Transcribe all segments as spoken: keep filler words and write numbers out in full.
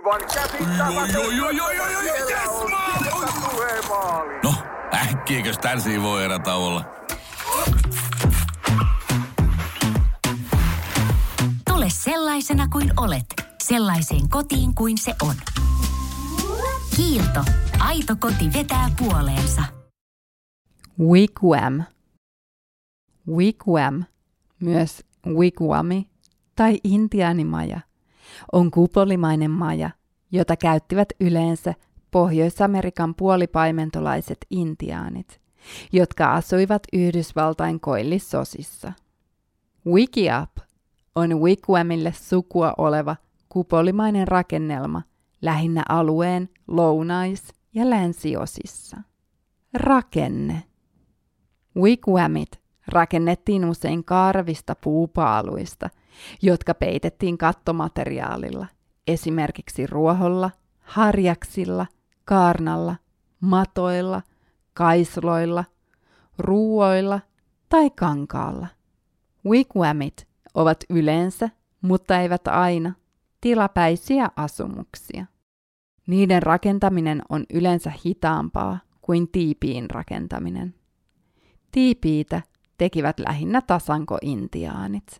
Aivan käsittämätöntä. Joo, joo, joo, joo, joo, joo, Siellä yes, on maali! Sirkka Suhe maali. No, äkkiäkös tän voi erätä olla? Tule sellaisena kuin olet, sellaiseen kotiin kuin se on. Kiilto. Aito koti vetää puoleensa. Wigwam. Wigwam, myös wigwami tai intiaanimaja, on kupolimainen maja, jota käyttivät yleensä Pohjois-Amerikan puolipaimentolaiset intiaanit, jotka asuivat Yhdysvaltain koillisosissa. Wigiap on wigwamille sukua oleva kupolimainen rakennelma lähinnä alueen lounais- ja länsiosissa. Rakenne. Wigwamit rakennettiin usein karvista puupaaluista, jotka peitettiin kattomateriaalilla, esimerkiksi ruoholla, harjaksilla, kaarnalla, matoilla, kaisloilla, ruuoilla tai kankaalla. Wigwamit ovat yleensä, mutta eivät aina, tilapäisiä asumuksia. Niiden rakentaminen on yleensä hitaampaa kuin tiipiin rakentaminen. Tiipiitä tekivät lähinnä tasanko-intiaanit.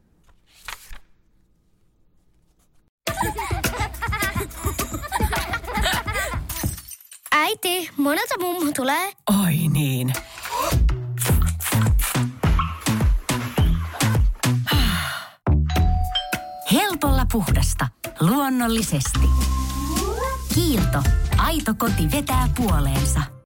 Äiti, monelta mummu tulee? Oi niin. Helpolla puhdasta. Luonnollisesti. Kiilto. Aito koti vetää puoleensa.